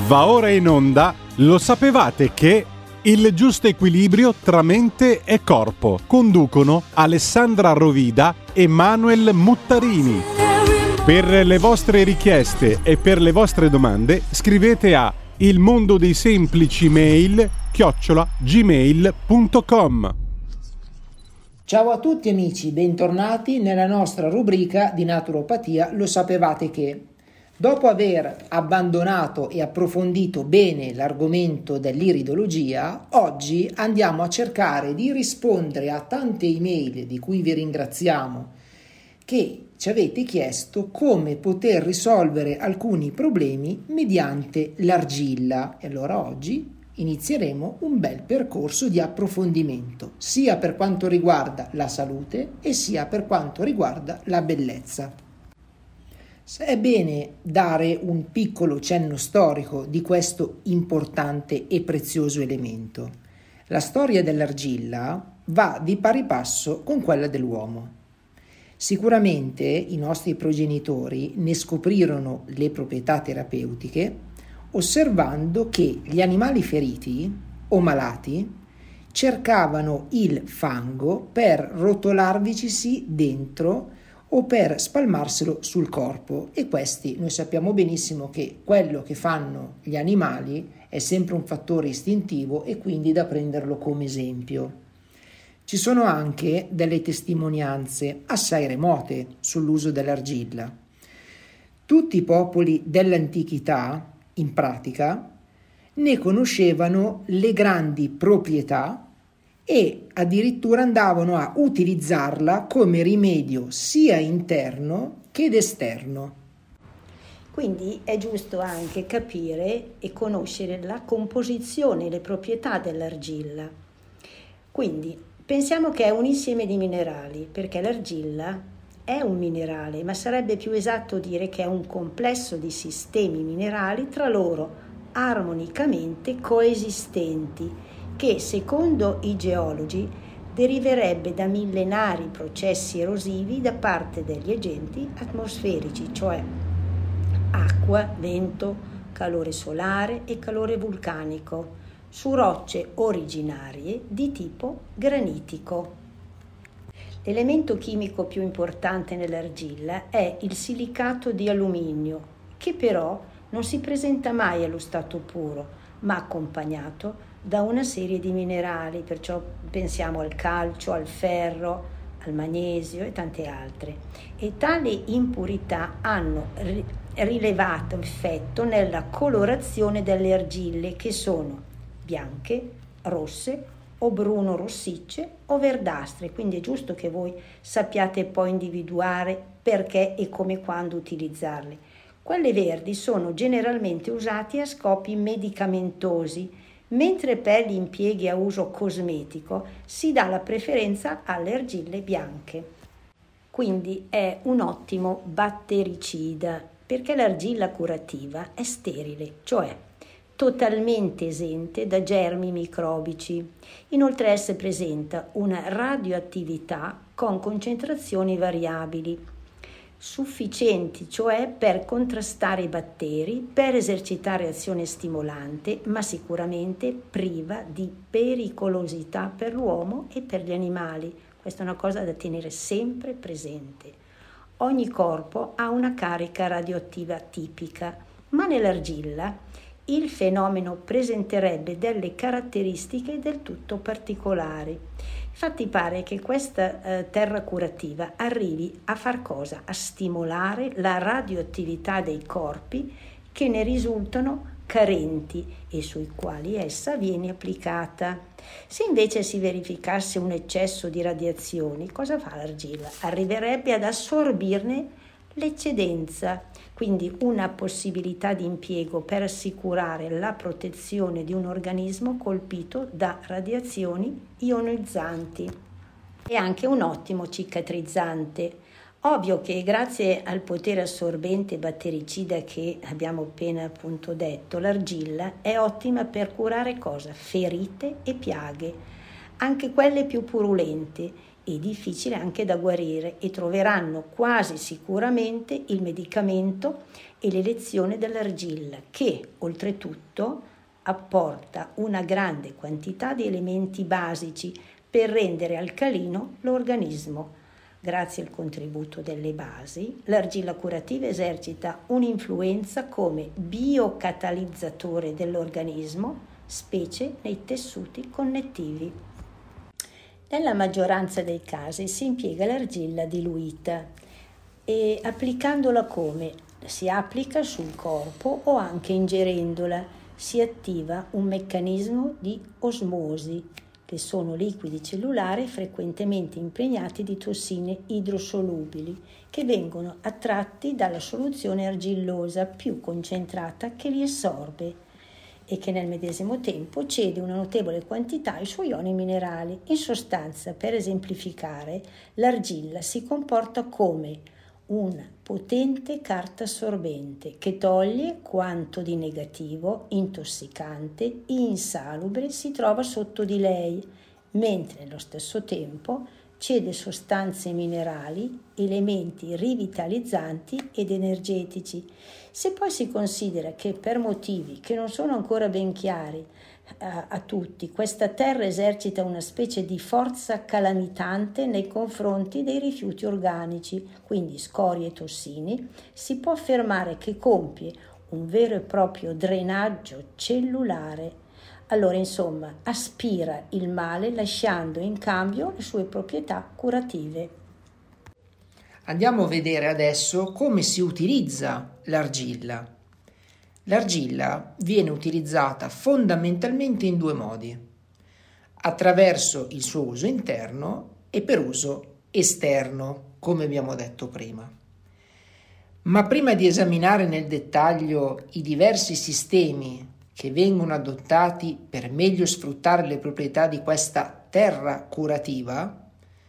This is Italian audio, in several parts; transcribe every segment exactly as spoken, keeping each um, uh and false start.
Va ora in onda, lo sapevate che il giusto equilibrio tra mente e corpo conducono Alessandra Rovida e Manuel Muttarini. Per le vostre richieste e per le vostre domande scrivete a il mondo dei semplici mail chiocciola gmail punto com. Ciao a tutti amici, bentornati nella nostra rubrica di naturopatia Lo sapevate che? Dopo aver abbandonato e approfondito bene l'argomento dell'iridologia, oggi andiamo a cercare di rispondere a tante email di cui vi ringraziamo che ci avete chiesto come poter risolvere alcuni problemi mediante l'argilla. E allora oggi inizieremo un bel percorso di approfondimento, sia per quanto riguarda la salute e sia per quanto riguarda la bellezza. È bene dare un piccolo cenno storico di questo importante e prezioso elemento. La storia dell'argilla va di pari passo con quella dell'uomo. Sicuramente i nostri progenitori ne scoprirono le proprietà terapeutiche osservando che gli animali feriti o malati cercavano il fango per rotolarvicisi dentro o per spalmarselo sul corpo, e questi noi sappiamo benissimo che quello che fanno gli animali è sempre un fattore istintivo e quindi da prenderlo come esempio. Ci sono anche delle testimonianze assai remote sull'uso dell'argilla. Tutti i popoli dell'antichità, in pratica, ne conoscevano le grandi proprietà e addirittura andavano a utilizzarla come rimedio sia interno che esterno. Quindi è giusto anche capire e conoscere la composizione e le proprietà dell'argilla. Quindi pensiamo che è un insieme di minerali, perché l'argilla è un minerale, ma sarebbe più esatto dire che è un complesso di sistemi minerali tra loro armonicamente coesistenti, che secondo i geologi deriverebbe da millenari processi erosivi da parte degli agenti atmosferici, cioè acqua, vento, calore solare e calore vulcanico, su rocce originarie di tipo granitico. L'elemento chimico più importante nell'argilla è il silicato di alluminio, che però non si presenta mai allo stato puro, ma accompagnato da una serie di minerali, perciò pensiamo al calcio, al ferro, al magnesio e tante altre. E tali impurità hanno ri- rilevato effetto nella colorazione delle argille, che sono bianche, rosse o bruno rossicce o verdastre, quindi è giusto che voi sappiate poi individuare perché e come quando utilizzarle. Quelle verdi sono generalmente usate a scopi medicamentosi, mentre per gli impieghi a uso cosmetico si dà la preferenza alle argille bianche. Quindi è un ottimo battericida, perché l'argilla curativa è sterile, cioè totalmente esente da germi microbici. Inoltre essa presenta una radioattività con concentrazioni variabili, sufficienti cioè per contrastare i batteri, per esercitare azione stimolante, ma sicuramente priva di pericolosità per l'uomo e per gli animali. Questa è una cosa da tenere sempre presente. Ogni corpo ha una carica radioattiva tipica, ma nell'argilla il fenomeno presenterebbe delle caratteristiche del tutto particolari. Infatti pare che questa eh, terra curativa arrivi a far cosa? A stimolare la radioattività dei corpi che ne risultano carenti e sui quali essa viene applicata. Se invece si verificasse un eccesso di radiazioni, cosa fa l'argilla? Arriverebbe ad assorbirne l'eccedenza, quindi una possibilità di impiego per assicurare la protezione di un organismo colpito da radiazioni ionizzanti. È anche un ottimo cicatrizzante. Ovvio che grazie al potere assorbente battericida che abbiamo appena appunto detto, l'argilla è ottima per curare cosa? Ferite e piaghe, anche quelle più purulente e difficili anche da guarire, e troveranno quasi sicuramente il medicamento e l'elezione dell'argilla che, oltretutto, apporta una grande quantità di elementi basici per rendere alcalino l'organismo. Grazie al contributo delle basi, l'argilla curativa esercita un'influenza come biocatalizzatore dell'organismo, specie nei tessuti connettivi. Nella maggioranza dei casi si impiega l'argilla diluita e applicandola come? Si applica sul corpo o anche ingerendola. Si attiva un meccanismo di osmosi, che sono liquidi cellulari frequentemente impregnati di tossine idrosolubili che vengono attratti dalla soluzione argillosa più concentrata che li assorbe e che nel medesimo tempo cede una notevole quantità ai suoi ioni minerali. In sostanza, per esemplificare, l'argilla si comporta come una potente carta assorbente che toglie quanto di negativo, intossicante, insalubre si trova sotto di lei, mentre nello stesso tempo cede sostanze minerali, elementi rivitalizzanti ed energetici. Se poi si considera che per motivi che non sono ancora ben chiari a, a tutti, questa terra esercita una specie di forza calamitante nei confronti dei rifiuti organici, quindi scorie e tossini, si può affermare che compie un vero e proprio drenaggio cellulare. Allora, insomma, aspira il male lasciando in cambio le sue proprietà curative. Andiamo a vedere adesso come si utilizza l'argilla. L'argilla viene utilizzata fondamentalmente in due modi: attraverso il suo uso interno e per uso esterno, come abbiamo detto prima. Ma prima di esaminare nel dettaglio i diversi sistemi che vengono adottati per meglio sfruttare le proprietà di questa terra curativa,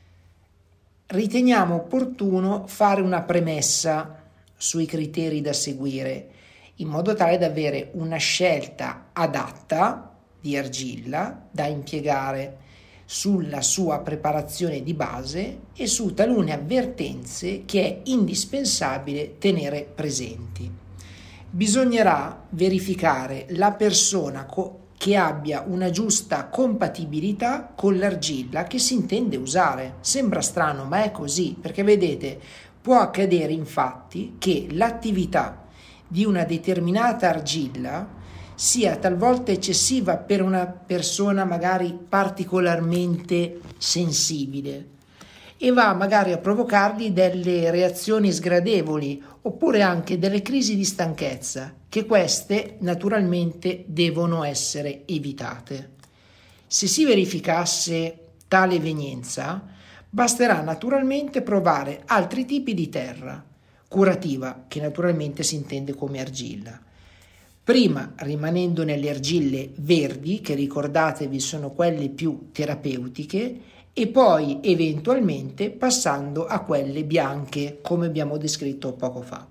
riteniamo opportuno fare una premessa sui criteri da seguire, in modo tale da avere una scelta adatta di argilla da impiegare sulla sua preparazione di base e su talune avvertenze che è indispensabile tenere presenti. Bisognerà verificare la persona co- che abbia una giusta compatibilità con l'argilla che si intende usare. Sembra strano, ma è così, perché vedete, può accadere infatti che l'attività di una determinata argilla sia talvolta eccessiva per una persona magari particolarmente sensibile e va magari a provocargli delle reazioni sgradevoli oppure anche delle crisi di stanchezza, che queste naturalmente devono essere evitate. Se si verificasse tale evenienza, basterà naturalmente provare altri tipi di terra curativa, che naturalmente si intende come argilla. Prima rimanendo nelle argille verdi, che ricordatevi sono quelle più terapeutiche, e poi eventualmente passando a quelle bianche, come abbiamo descritto poco fa.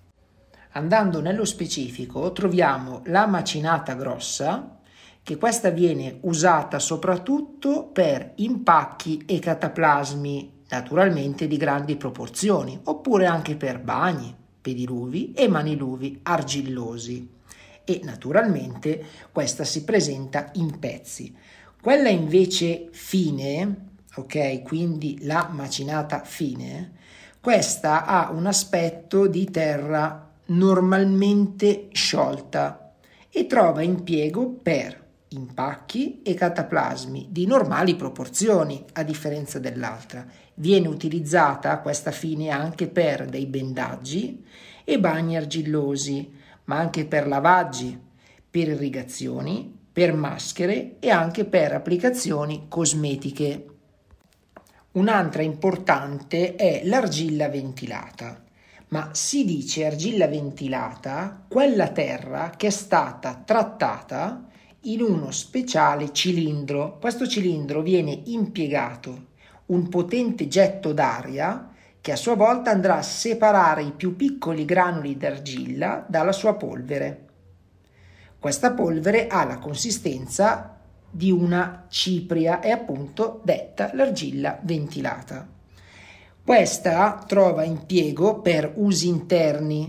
Andando nello specifico, troviamo la macinata grossa, che questa viene usata soprattutto per impacchi e cataplasmi, naturalmente di grandi proporzioni, oppure anche per bagni, pediluvi e maniluvi argillosi. E naturalmente questa si presenta in pezzi. Quella invece fine, ok, quindi la macinata fine, questa ha un aspetto di terra normalmente sciolta e trova impiego per impacchi e cataplasmi di normali proporzioni, a differenza dell'altra. Viene utilizzata questa fine anche per dei bendaggi e bagni argillosi, ma anche per lavaggi, per irrigazioni, per maschere e anche per applicazioni cosmetiche. Un'altra importante è l'argilla ventilata, ma si dice argilla ventilata quella terra che è stata trattata in uno speciale cilindro. Questo cilindro viene impiegato un potente getto d'aria che a sua volta andrà a separare i più piccoli granuli d'argilla dalla sua polvere. Questa polvere ha la consistenza di una cipria, è appunto detta l'argilla ventilata. Questa trova impiego per usi interni,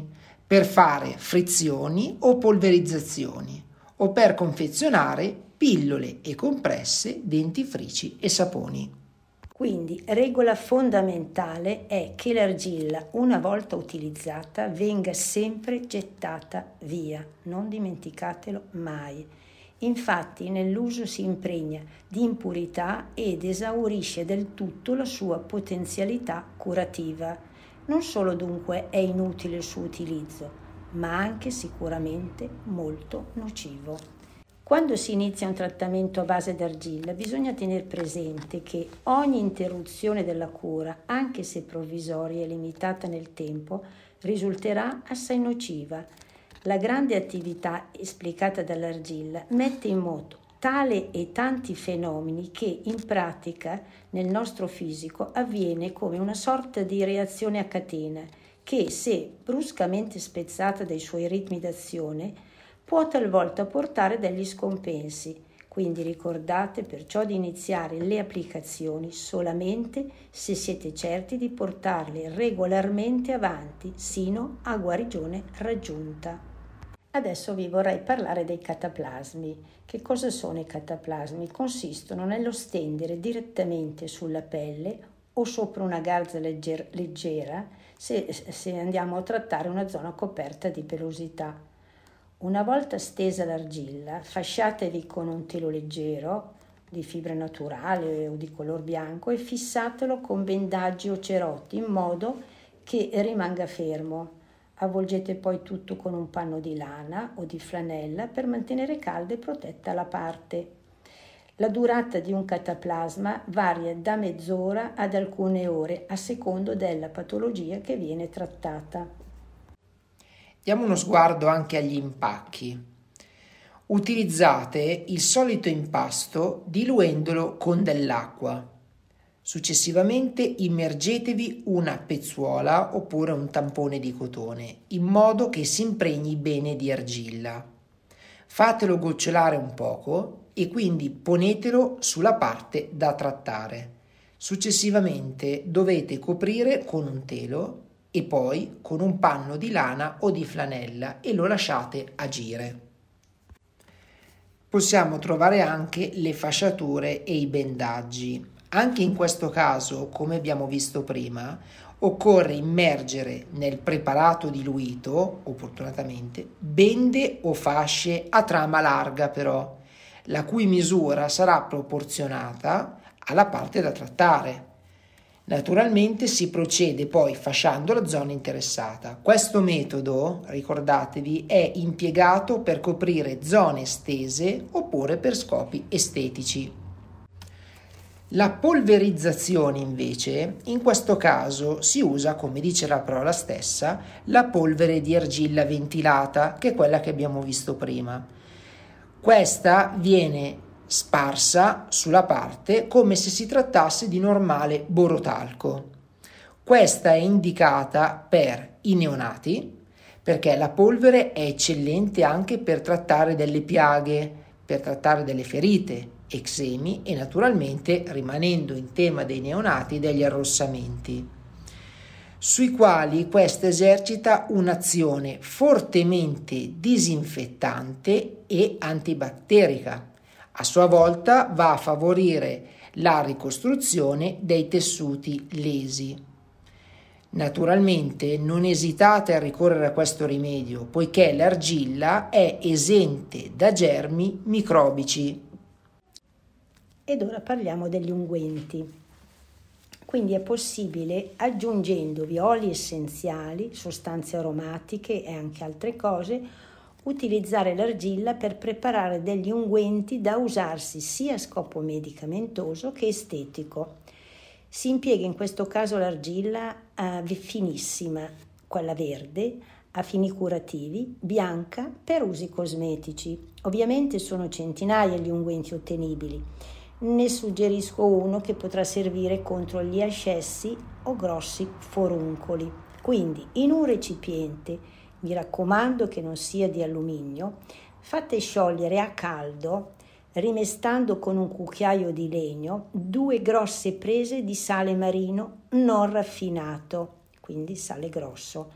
per fare frizioni o polverizzazioni o per confezionare pillole e compresse, dentifrici e saponi. Quindi, regola fondamentale è che l'argilla, una volta utilizzata, venga sempre gettata via. Non dimenticatelo mai. Infatti, nell'uso si impregna di impurità ed esaurisce del tutto la sua potenzialità curativa. Non solo dunque è inutile il suo utilizzo, ma anche sicuramente molto nocivo. Quando si inizia un trattamento a base d'argilla bisogna tenere presente che ogni interruzione della cura, anche se provvisoria e limitata nel tempo, risulterà assai nociva. La grande attività esplicata dall'argilla mette in moto tale e tanti fenomeni che in pratica nel nostro fisico avviene come una sorta di reazione a catena che, se bruscamente spezzata dai suoi ritmi d'azione, può talvolta portare degli scompensi. Quindi ricordate perciò di iniziare le applicazioni solamente se siete certi di portarle regolarmente avanti sino a guarigione raggiunta. Adesso vi vorrei parlare dei cataplasmi. Che cosa sono i cataplasmi? Consistono nello stendere direttamente sulla pelle o sopra una garza legger- leggera se, se andiamo a trattare una zona coperta di pelosità. Una volta stesa l'argilla, fasciatevi con un telo leggero di fibra naturale o di color bianco e fissatelo con bendaggi o cerotti in modo che rimanga fermo. Avvolgete poi tutto con un panno di lana o di flanella per mantenere calda e protetta la parte. La durata di un cataplasma varia da mezz'ora ad alcune ore a secondo della patologia che viene trattata. Diamo uno sguardo anche agli impacchi. Utilizzate il solito impasto diluendolo con dell'acqua. Successivamente immergetevi una pezzuola oppure un tampone di cotone in modo che si impregni bene di argilla. Fatelo gocciolare un poco e quindi ponetelo sulla parte da trattare. Successivamente dovete coprire con un telo e poi con un panno di lana o di flanella e lo lasciate agire. Possiamo trovare anche le fasciature e i bendaggi. Anche in questo caso, come abbiamo visto prima, occorre immergere nel preparato diluito, opportunamente, bende o fasce a trama larga però, la cui misura sarà proporzionata alla parte da trattare. Naturalmente si procede poi fasciando la zona interessata. Questo metodo, ricordatevi, è impiegato per coprire zone estese oppure per scopi estetici. La polverizzazione invece, in questo caso si usa, come dice la parola stessa, la polvere di argilla ventilata, che è quella che abbiamo visto prima. Questa viene sparsa sulla parte come se si trattasse di normale borotalco. Questa è indicata per i neonati perché la polvere è eccellente anche per trattare delle piaghe, per trattare delle ferite, eczemi e naturalmente, rimanendo in tema dei neonati, degli arrossamenti, sui quali questa esercita un'azione fortemente disinfettante e antibatterica. A sua volta va a favorire la ricostruzione dei tessuti lesi. Naturalmente non esitate a ricorrere a questo rimedio, poiché l'argilla è esente da germi microbici. Ed ora parliamo degli unguenti. Quindi è possibile, aggiungendovi oli essenziali, sostanze aromatiche e anche altre cose, utilizzare l'argilla per preparare degli unguenti da usarsi sia a scopo medicamentoso che estetico. Si impiega in questo caso l'argilla eh, finissima, quella verde, a fini curativi, bianca per usi cosmetici. Ovviamente sono centinaia gli unguenti ottenibili. Ne suggerisco uno che potrà servire contro gli ascessi o grossi foruncoli. Quindi in un recipiente, mi raccomando che non sia di alluminio, fate sciogliere a caldo, rimestando con un cucchiaio di legno, due grosse prese di sale marino non raffinato, quindi sale grosso.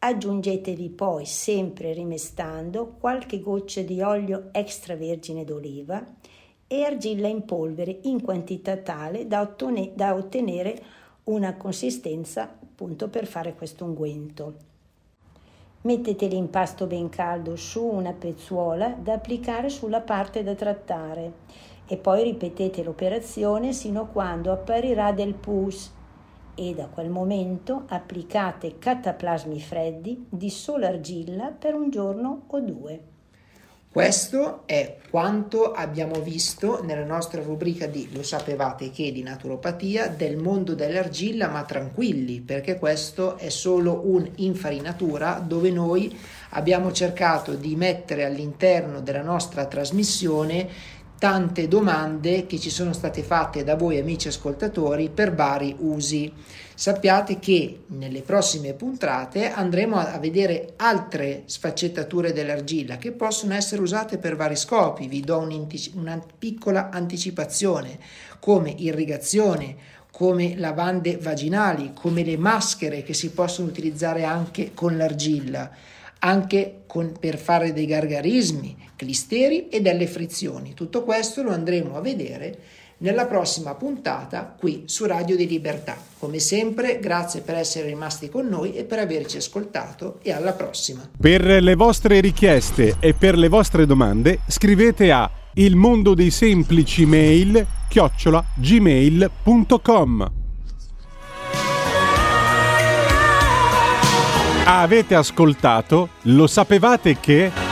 Aggiungetevi poi, sempre rimestando, qualche goccia di olio extravergine d'oliva e argilla in polvere in quantità tale da, ottone- da ottenere una consistenza appunto per fare questo unguento. Mettete l'impasto ben caldo su una pezzuola da applicare sulla parte da trattare e poi ripetete l'operazione sino a quando apparirà del pus e da quel momento applicate cataplasmi freddi di sola argilla per un giorno o due. Questo è quanto abbiamo visto nella nostra rubrica di Lo sapevate che di naturopatia del mondo dell'argilla, ma tranquilli, perché questo è solo un'infarinatura dove noi abbiamo cercato di mettere all'interno della nostra trasmissione tante domande che ci sono state fatte da voi amici ascoltatori per vari usi. Sappiate che nelle prossime puntate andremo a vedere altre sfaccettature dell'argilla che possono essere usate per vari scopi. Vi do una piccola anticipazione, come irrigazione, come lavande vaginali, come le maschere che si possono utilizzare anche con l'argilla, anche con, per fare dei gargarismi, clisteri e delle frizioni. Tutto questo lo andremo a vedere nella prossima puntata qui su Radio di Libertà. Come sempre, grazie per essere rimasti con noi e per averci ascoltato, e alla prossima. Per le vostre richieste e per le vostre domande scrivete a il mondo dei semplici mail chiocciola gmail punto com. Avete ascoltato Lo sapevate che?